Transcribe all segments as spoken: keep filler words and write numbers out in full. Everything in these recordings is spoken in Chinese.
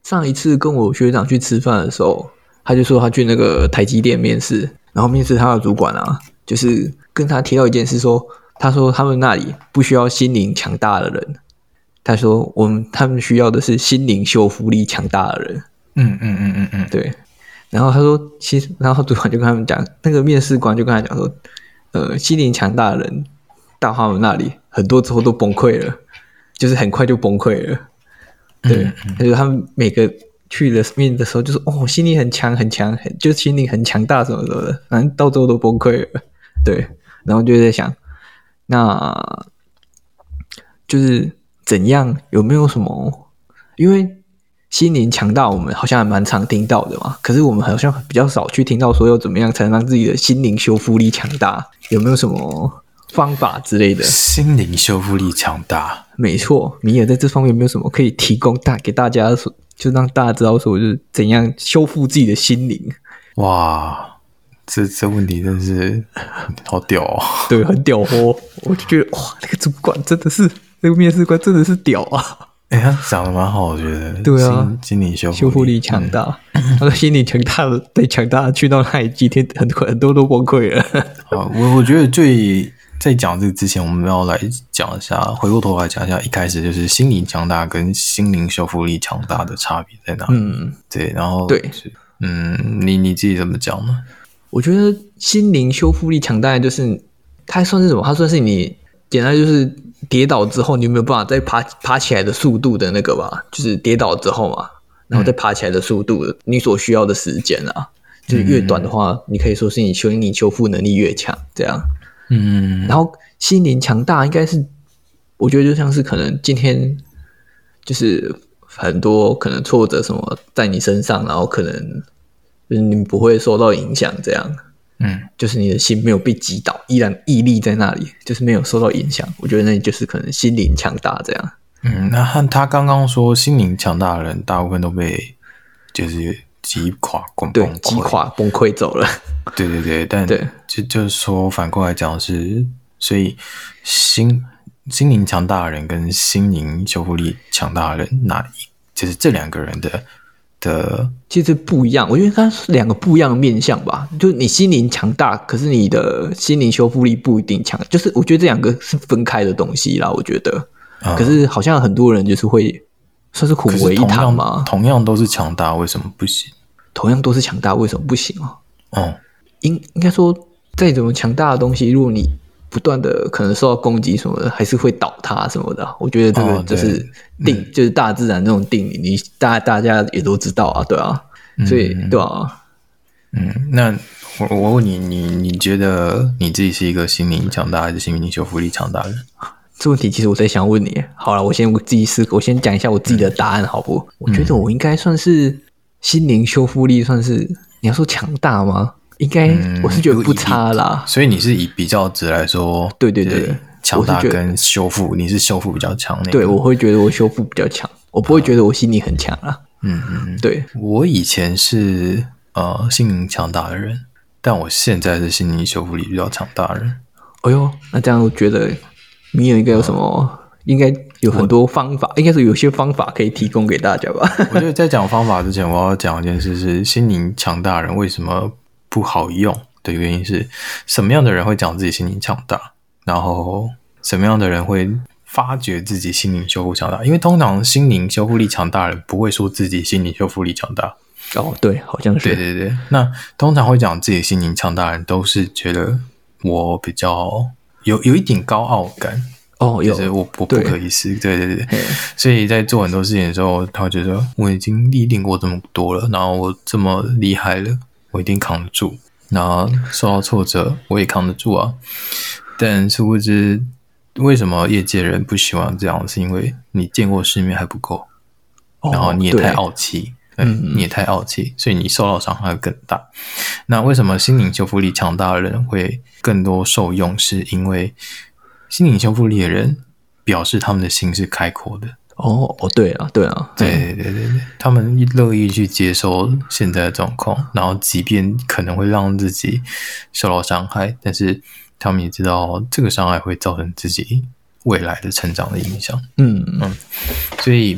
上一次跟我学长去吃饭的时候，他就说他去那个台积电面试，然后面试他的主管啊，就是跟他提到一件事说，他说他们那里不需要心灵强大的人，他说我们他们需要的是心灵修复力强大的人。 嗯嗯嗯嗯嗯， 对。然后他说，其实，然后主管就跟他们讲，那个面试官就跟他讲说，呃，心灵强大的人到他们那里，很多之后都崩溃了，就是很快就崩溃了。对，嗯嗯、他说他们每个去了面的时候，就说哦，心理很强很强，很就是心灵很强大什么什么的，反正到最后都崩溃了。对，然后就在想，那就是怎样，有没有什么？因为心灵强大，我们好像还蛮常听到的嘛，可是我们好像比较少去听到说要怎么样才能让自己的心灵修复力强大，有没有什么方法之类的？ 心灵修复力强大， 没错，米尔在这方面有没有什么可以提供大给大家，就让大家知道说就是怎样修复自己的心灵？ 哇，这这问题真是好屌哦！ 对，很屌哦！我就觉得哇，那个主管真的是，那个面试官真的是屌啊！ 哎、欸，他讲的蛮好，我觉得。 对啊， 心理修复力修复力强大。嗯、他说心理强大的，对强大的去到那里几天很很多都崩溃了。 好，我我觉得最在讲这个之前，我们要来讲一下，回过头来讲一下，一开始就是心理强大跟心灵修复力强大的差别在哪里？嗯，对，然后对， 嗯，你你自己怎么讲呢？ 我觉得心灵修复力强大，就是它算是什么？它算是你简单就是跌倒之后，你有没有办法再爬爬起来的速度的那个吧？就是跌倒之后嘛，然后再爬起来的速度，嗯、你所需要的时间啊，就是越短的话，嗯、你可以说是你修你修复能力越强，这样。嗯，然后心灵强大应该是，我觉得就像是可能今天就是很多可能挫折什么在你身上，然后可能就是你不会受到影响，这样。嗯，就是你的心没有被击倒，依然屹立在那里，就是没有受到影响。我觉得那就是可能心灵强大这样。 嗯，那和他刚刚说心灵强大的人，大部分都被就是击垮、崩溃， 对，击垮、崩溃走了。 对对对，但对， 就就是说反过来讲是，所以心心灵强大的人跟心灵修复力强大的人，哪就是这两个人的。的其实不一样，我觉得它是两个不一样的面向吧。就是你心灵强大，可是你的心灵修复力不一定强。就是我觉得这两个是分开的东西啦。我觉得，嗯、可是好像很多人就是会算是混为一谈嘛。 同样都是强大，为什么不行？ 同样都是强大，为什么不行啊？嗯，应应该说，再怎么强大的东西，如果你不断的可能受到攻击什么的，还是会倒塌什么的。我觉得这个就是定，哦、就是大自然这种定理，你大大家也都知道啊，对啊，所以、嗯、对啊， 嗯，那我我问你，你你觉得你自己是一个心灵强大还是心灵修复力强大的人？ 这问题其实我在想问你，好了，我先我自己思，我先讲一下我自己的答案，好不？嗯、我觉得我应该算是心灵修复力，算是你要说强大吗？应该我是觉得不差啦、 嗯，所以你是以比较值来说， 对对对， 强大跟修复，你是修复比较强那个。 对，我会觉得我修复比较强，我不会觉得我心理很强啦。 嗯嗯， 对， 我以前是呃心灵强大的人，但我现在是心灵修复力比较强大的人。 哎呦，那这样我觉得米尔应该有什么？嗯、应该有很多方法，应该是有些方法可以提供给大家吧。 我觉得在讲方法之前，我要讲一件事是：心灵强大的人为什么不好用的原因是什么样的人会讲自己心灵强大，然后什么样的人会发觉自己心灵修复强大？因为通常心灵修复力强大的人不会说自己心灵修复力强大。 哦，对，好像是。 对对对，那通常会讲自己心灵强大的人，都是觉得我比较有有一点高傲感。 哦，有， 就是我我不可一世，对对对，所以在做很多事情的时候，他会觉得我已经历练过这么多了，然后我这么厉害了，我一定扛得住。然后受到挫折，我也扛得住啊。但殊不知，为什么业界人不喜欢这样？是因为你见过世面还不够，哦、然后你也太傲气，对，嗯、你也太傲气，所以你受到伤害更大。那为什么心灵修复力强大的人会更多受用？是因为心灵修复力的人表示他们的心是开阔的。 哦哦，对啊，对啊， 对对对对，他们乐意去接受现在的状况，然后即便可能会让自己受到伤害，但是他们也知道这个伤害会造成自己未来的成长的影响。嗯嗯，所以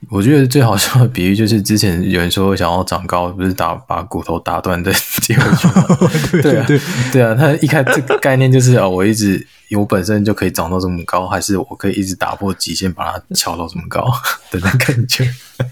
我觉得最好笑的比喻就是之前有人说想要长高，不是打把骨头打断再接回去吗？对啊，对啊，他一开这个概念就是哦，我一直我本身就可以长到这么高，还是我可以一直打破极限把它翘到这么高的那感觉。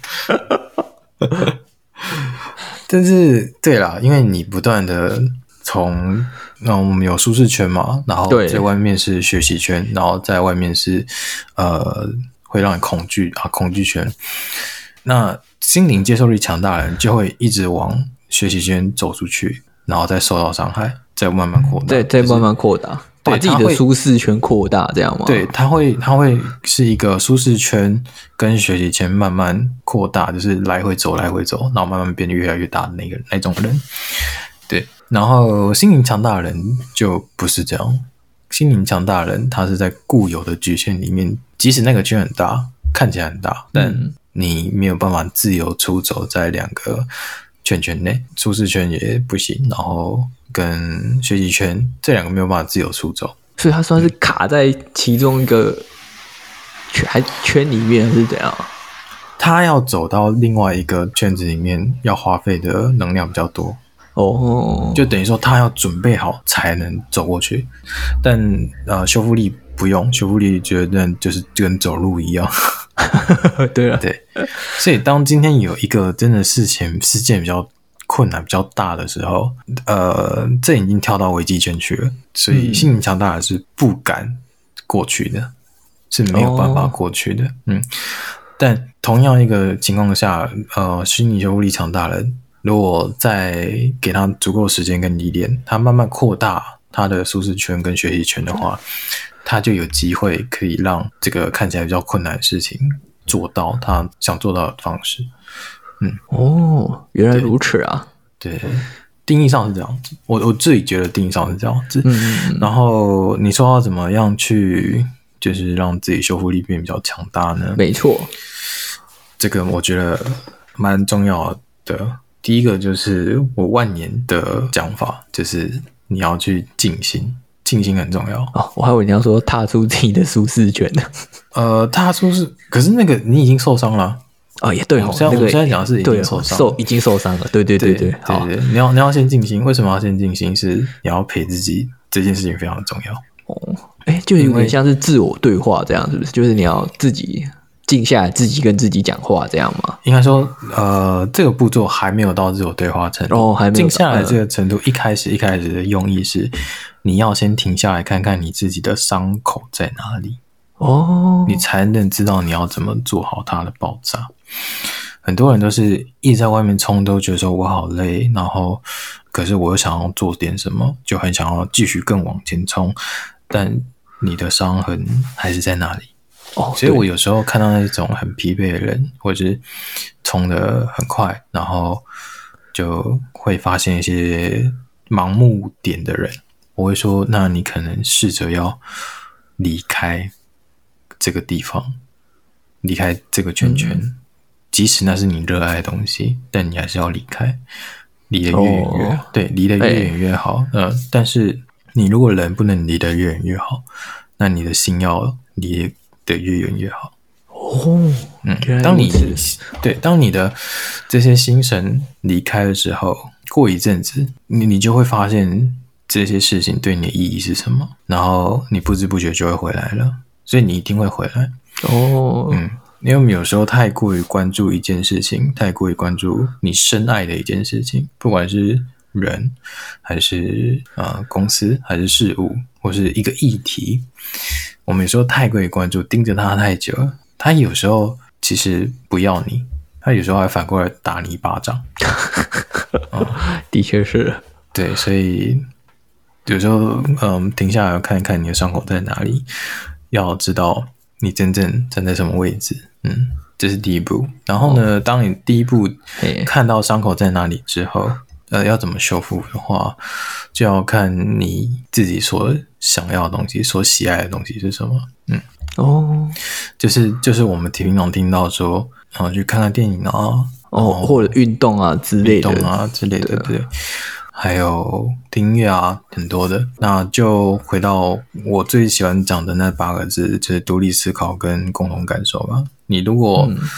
但是对啦，因为你不断的从那我们有舒适圈嘛，然后在外面是学习圈，然后在外面是呃会让你恐惧啊恐惧圈。那心灵接受力强大的人就会一直往学习圈走出去，然后再受到伤害，再慢慢扩大， 再再慢慢扩大，把自己的舒适圈扩大，这样吗？ 对，他会他会是一个舒适圈跟学习圈慢慢扩大，就是来回走来回走，然后慢慢变得越来越大的那个那种人。对，然后心灵强大的人就不是这样，心灵强大的人他是在固有的局限里面，即使那个圈很大，看起来很大，但你没有办法自由出走在两个圈圈内，舒适圈也不行，然后跟学习圈这两个没有办法自由出走， 所以他算是卡在其中一个圈圈里面，还是怎样？ 他要走到另外一个圈子里面，要花费的能量比较多。 哦， 就等于说他要准备好才能走过去，但呃修复力不用，修复力觉得就是跟走路一样。 对啊， 对，所以当今天有一个真的事情事件比较困难比较大的时候，呃，这已经跳到危机圈去了，所以心灵强大的是不敢过去的，是没有办法过去的。哦、嗯，但同样一个情况下，呃，心理修复力强大的人，如果再给他足够时间跟历练，他慢慢扩大他的舒适圈跟学习圈的话，他就有机会可以让这个看起来比较困难的事情做到他想做到的方式。嗯， 哦，原来如此啊！ 对，对定义上是这样子，我我自己觉得定义上是这样子。 嗯， 然后你说要怎么样去，就是让自己修复力变比较强大呢？ 没错， 这个我觉得蛮重要的。第一个就是我万年的讲法，就是你要去静心，静心很重要。 哦，我还以为你要说踏出自己的舒适圈呢。 呃，踏出是，可是那个你已经受伤了。 哦，也对哦， 现在、那个、我现在讲的是已经受伤， 受已经受伤了。对对对对， 对对对，你要你要先静心。为什么要先静心？是你要陪自己，这件事情非常的重要。 哦，哎，就有点像是自我对话这样，是不是？就是你要自己静下来，自己跟自己讲话这样吗？ 应该说，呃，这个步骤还没有到自我对话程度。 哦，还没有静下来这个程度，一开始一开始的用意是，你要先停下来看看你自己的伤口在哪里。 哦， 你才能知道你要怎么做好它的爆炸。很多人都是一直在外面冲，都觉得说我好累，然后可是我又想要做点什么，就很想要继续更往前冲，但你的伤痕还是在那里。 哦， 所以我有时候看到那种很疲惫的人，或者是冲得很快，然后就会发现一些盲目点的人，我会说，那你可能试着要离开这个地方，离开这个圈圈。嗯，即使那是你热爱的东西，但你还是要离开，离得越远越好。哦、对，离得越远越好。欸、呃，但是你如果人不能离得越远越好，那你的心要离得越远越好。 哦， 嗯，当你对当你的这些心神离开的时候，过一阵子，你你就会发现这些事情对你的意义是什么，然后你不知不觉就会回来了，所以你一定会回来。 哦， 嗯。因为我们有时候太过于关注一件事情，太过于关注你深爱的一件事情，不管是人还是呃公司还是事物或是一个议题，我们有时候太过于关注，盯着它太久了，它有时候其实不要你，它有时候还反过来打你一巴掌。嗯、 的确是， 对，所以有时候嗯停下来看一看你的伤口在哪里，要知道你真正站在什么位置。嗯，这是第一步。然后呢，哦、当你第一步看到伤口在哪里之后，呃，要怎么修复的话，就要看你自己所想要的东西、所喜爱的东西是什么。嗯， 哦， 就是就是我们平常听到说，啊、呃，去看看电影啊， 哦，或者运动啊之类的， 运动啊之类的，对。还有听音乐啊，很多的。那就回到我最喜欢讲的那八个字，就是独立思考跟共同感受吧。你如果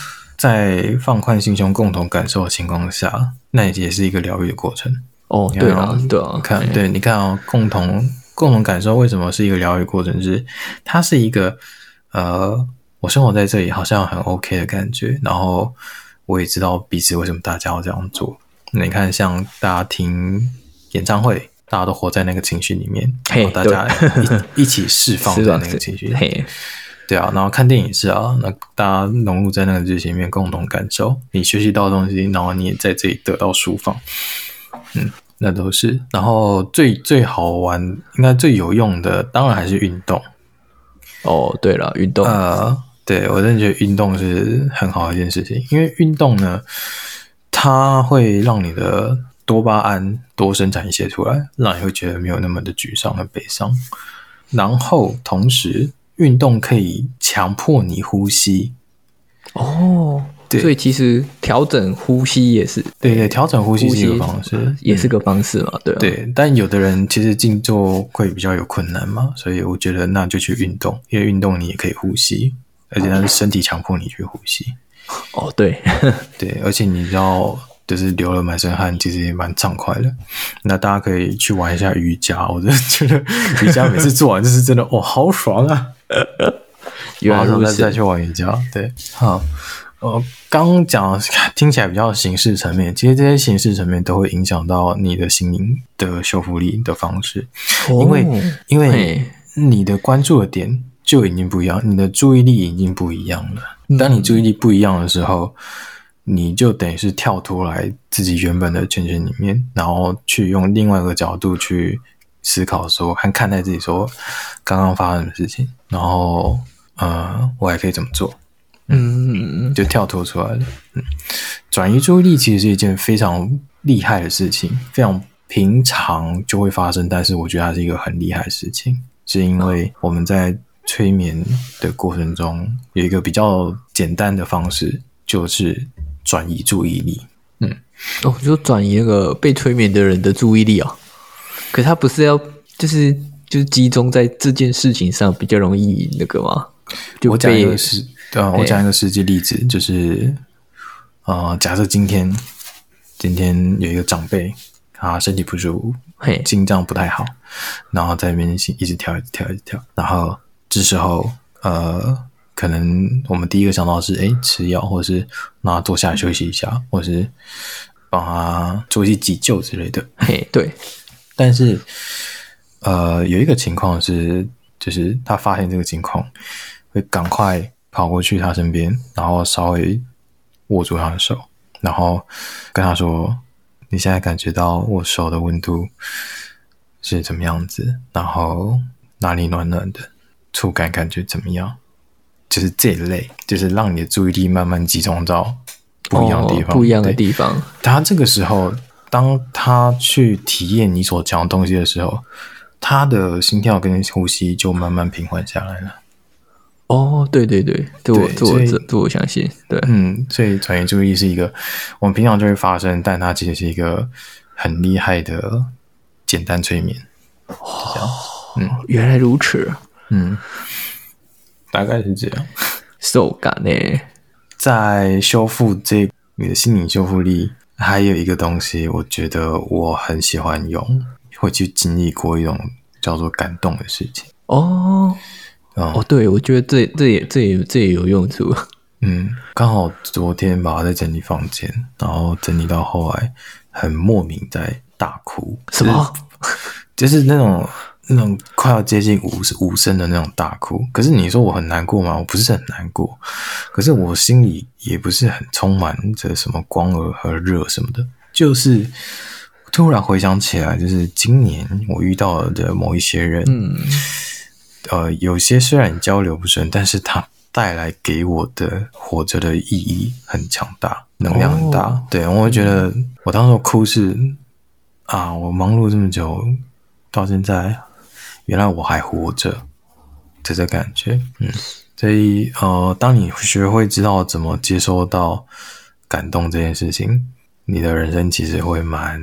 在放宽心胸、共同感受的情况下，那也是一个疗愈的过程。 哦，对啊，对啊， 你看，对，你看啊、哦，共同共同感受为什么是一个疗愈过程？是它是一个呃，我生活在这里好像很 OK 的感觉，然后我也知道彼此为什么大家要这样做。那你看，像大家听演唱会，大家都活在那个情绪里面，然后大家 一, 一起释放在那个情绪里面。对啊，然后看电影也是啊，那大家融入在那个剧情里面，共同感受，你学习到的东西，然后你也在这里得到抒放。嗯，那都是。然后最最好玩，应该最有用的，当然还是运动。 哦，对了，运动。 呃，对，我真的觉得运动是很好的一件事情，因为运动呢，它会让你的多巴胺多生产一些出来，让你会觉得没有那么的沮丧和悲伤。然后同时，运动可以强迫你呼吸。 哦。所以其实调整呼吸也是， 对对，调整呼吸是一个方式， 也是个方式嘛，对、啊、 对。但有的人其实静坐会比较有困难嘛，所以我觉得那就去运动，因为运动你也可以呼吸，而且它是身体强迫你去呼吸。 哦，对对，而且你知道，就是流了满身汗，其实也蛮畅快的。那大家可以去玩一下瑜伽，我真的觉得瑜伽每次做完就是真的，哦，好爽啊！ 原来如此， 再去玩瑜伽，对，好。呃，刚刚讲听起来比较形式层面，其实这些形式层面都会影响到你的心灵的修复力的方式，哦、因为因为你的关注的点就已经不一样，你的注意力已经不一样了。当你注意力不一样的时候，你就等于是跳脱来自己原本的圈圈里面，然后去用另外一个角度去思考说，和看待自己说刚刚发生的事情，然后呃，我还可以怎么做？嗯，就跳脱出来了。嗯，转移注意力其实是一件非常厉害的事情，非常平常就会发生，但是我觉得它是一个很厉害的事情，是因为我们在催眠的过程中有一个比较简单的方式，就是转移注意力。嗯， 哦，就转移那个被催眠的人的注意力啊、哦，可他不是要就是就是集中在这件事情上比较容易那个吗？就我讲一个是。对啊，我讲一个实际例子，就是呃，假设今天今天有一个长辈，他身体不舒服，心脏不太好，然后在那边一直跳，一直跳，一直跳，然后这时候呃，可能我们第一个想到的是，哎，吃药，或者是让他坐下来休息一下，或者是帮他做一些急救之类的。 嘿，对。 但是呃，有一个情况是，就是他发现这个情况，会赶快跑过去他身边，然后稍微握住他的手，然后跟他说，你现在感觉到我手的温度是怎么样子，然后哪里暖暖的，触感感觉怎么样，就是这一类，就是让你的注意力慢慢集中到不一样的地方、 哦、不一样的地方。 他这个时候当他去体验你所讲的东西的时候，他的心跳跟呼吸就慢慢平缓下来了。 哦，对对对，这我这我这这我相信，对， 嗯，所以转移注意力是一个我们平常就会发生，但它其实是一个很厉害的简单催眠，是这样。嗯， 原来如此， 嗯，大概是这样。 手感呢， 在修复这你的心灵修复力，还有一个东西，我觉得我很喜欢用，会去经历过一种叫做感动的事情。 哦。 嗯、 哦，对，我觉得这这也这也这也有用处。 嗯，刚好昨天吧，在整理房间，然后整理到后来，很莫名在大哭。 什么？ 就是、就是那种那种快要接近无无声的那种大哭。可是你说我很难过吗？我不是很难过，可是我心里也不是很充满着什么光和热什么的，就是突然回想起来，就是今年我遇到的某一些人，嗯。呃，有些虽然交流不深，但是它带来给我的活着的意义很强大，能量很大。哦、对，我会觉得我当时哭是啊，我忙碌这么久，到现在原来我还活着，这个感觉。嗯，所以呃，当你学会知道怎么接收到感动这件事情，你的人生其实会蛮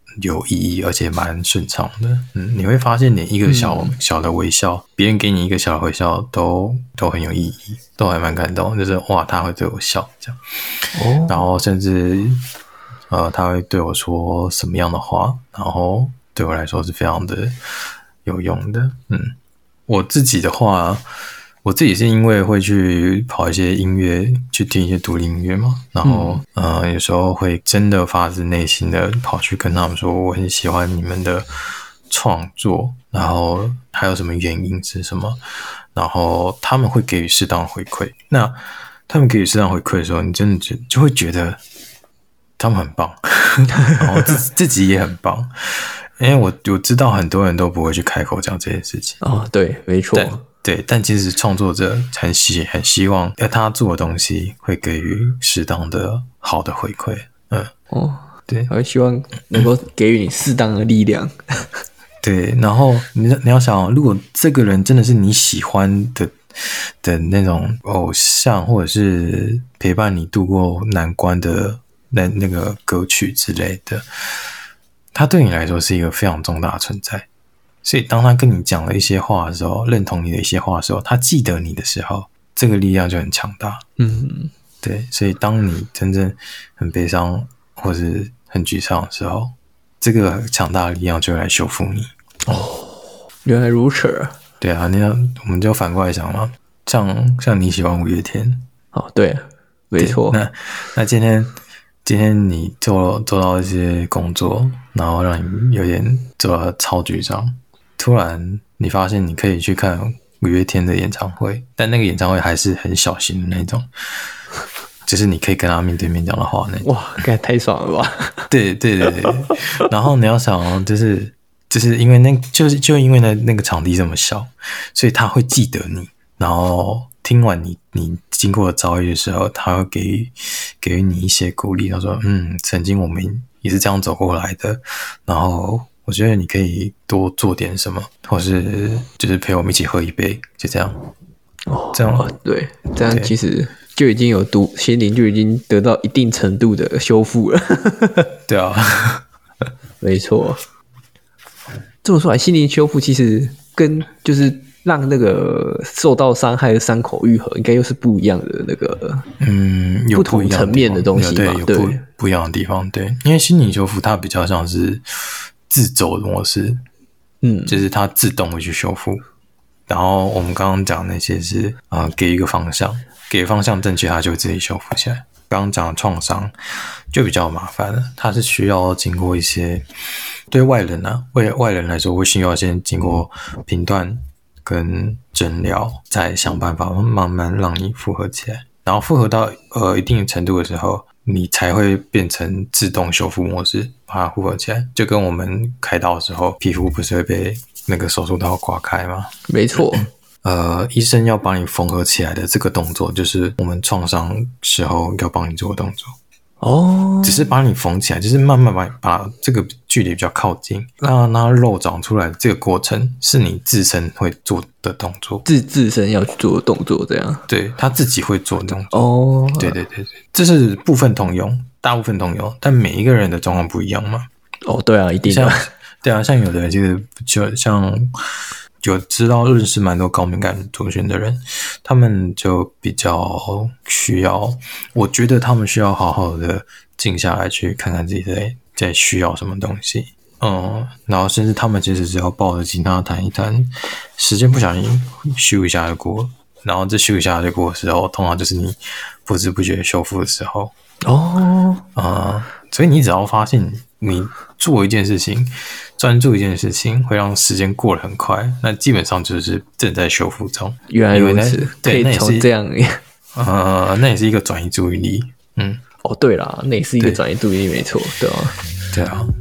有意义，而且蛮顺畅的。嗯，你会发现连一个小、嗯、小的微笑，别人给你一个小的微笑都都很有意义，都还蛮感动，就是哇，他会对我笑这样。哦，然后甚至呃，他会对我说什么样的话，然后对我来说是非常的有用的。嗯，我自己的话。我自己是因为会去跑一些音乐，去听一些独立音乐嘛，然后、嗯、呃，有时候会真的发自内心的跑去跟他们说，我很喜欢你们的创作，然后还有什么原因是什么，然后他们会给予适当回馈。那他们给予适当回馈的时候，你真的就就会觉得他们很棒，然后自自己也很棒，因为我我知道很多人都不会去开口讲这件事情。 哦，对，没错。 对，但其实创作者很希很希望他做的东西会给予适当的好的回馈。嗯，哦，对， 我希望能够给予你适当的力量。 对，然后你你要想，如果这个人真的是你喜欢的的那种偶像，或者是陪伴你度过难关的那那个歌曲之类的，他对你来说是一个非常重大的存在。所以当他跟你讲了一些话的时候，认同你的一些话的时候，他记得你的时候，这个力量就很强大。嗯，对，所以当你真正很悲伤或是很沮丧的时候，这个强大的力量就会来修复你。 哦，原来如此。 对啊，那我们就反过来想嘛，像像你喜欢五月天， 哦，对，没错。 那那今天今天你做做到一些工作，然后让你有点做到超沮丧。突然你发现你可以去看五月天的演唱会，但那个演唱会还是很小型的那种，就是你可以跟他面对面讲的话那种。 哇，该太爽了吧。 对对对对，然后你要想就是就是因为那就是就因为那那个场地这么小，所以他会记得你，然后听完你你经过的遭遇的时候，他会给予给予你一些鼓励，他说嗯，曾经我们也是这样走过来的，然后我觉得你可以多做点什么，或是就是陪我们一起喝一杯，就这样。 哦，这样、哦、对，这样其实就已经有读心灵就已经得到一定程度的修复了。 对啊， 没错。这么说来，心灵修复其实跟就是让那个受到伤害的伤口愈合，应该又是不一样的那个嗯，有不同层面的东西吧？ 对，有 不, 对不一样的地方。对，因为心灵修复它比较像是自走的模式，嗯，就是它自动会去修复。然后我们刚刚讲那些是啊、呃，给一个方向，给方向正确，它就会自己修复起来。刚刚讲的创伤就比较麻烦了，它是需要经过一些对外人啊，为外人来说，会需要先经过评断跟诊疗，再想办法慢慢让你复合起来。然后复合到呃一定程度的时候，你才会变成自动修复模式，把它复合起来。就跟我们开刀的时候，皮肤不是会被那个手术刀刮开吗？ 没错。 呃，医生要帮你缝合起来的这个动作，就是我们创伤时候要帮你做的动作。哦，只是把你缝起来，就是慢慢把把这个距离比较靠近，让它肉长出来的这个过程，是你自身会做的动作， 自自身要去做的动作，这样。 对，他自己会做的动作。哦，对对对对，这是部分通用，大部分通用，但每一个人的状况不一样嘛。 哦，对啊，一定的。 对啊，像有的人就是就像有知道认识蛮多高敏感族群的人，他们就比较需要，我觉得他们需要好好的静下来去看看自己在在需要什么东西，嗯，然后甚至他们其实只要抱着吉他谈一谈，时间不小心咻一下就过，然后这咻一下就过的时候，通常就是你不知不觉修复的时候。哦，嗯，所以你只要发现你做一件事情，专注一件事情会让时间过得很快，那基本上就是正在修复中。 原来如此，可以从这样， 呃，那也是一个转移注意力。嗯， 哦，对啦，那也是一个转移注意力，没错，对啊， 对啊。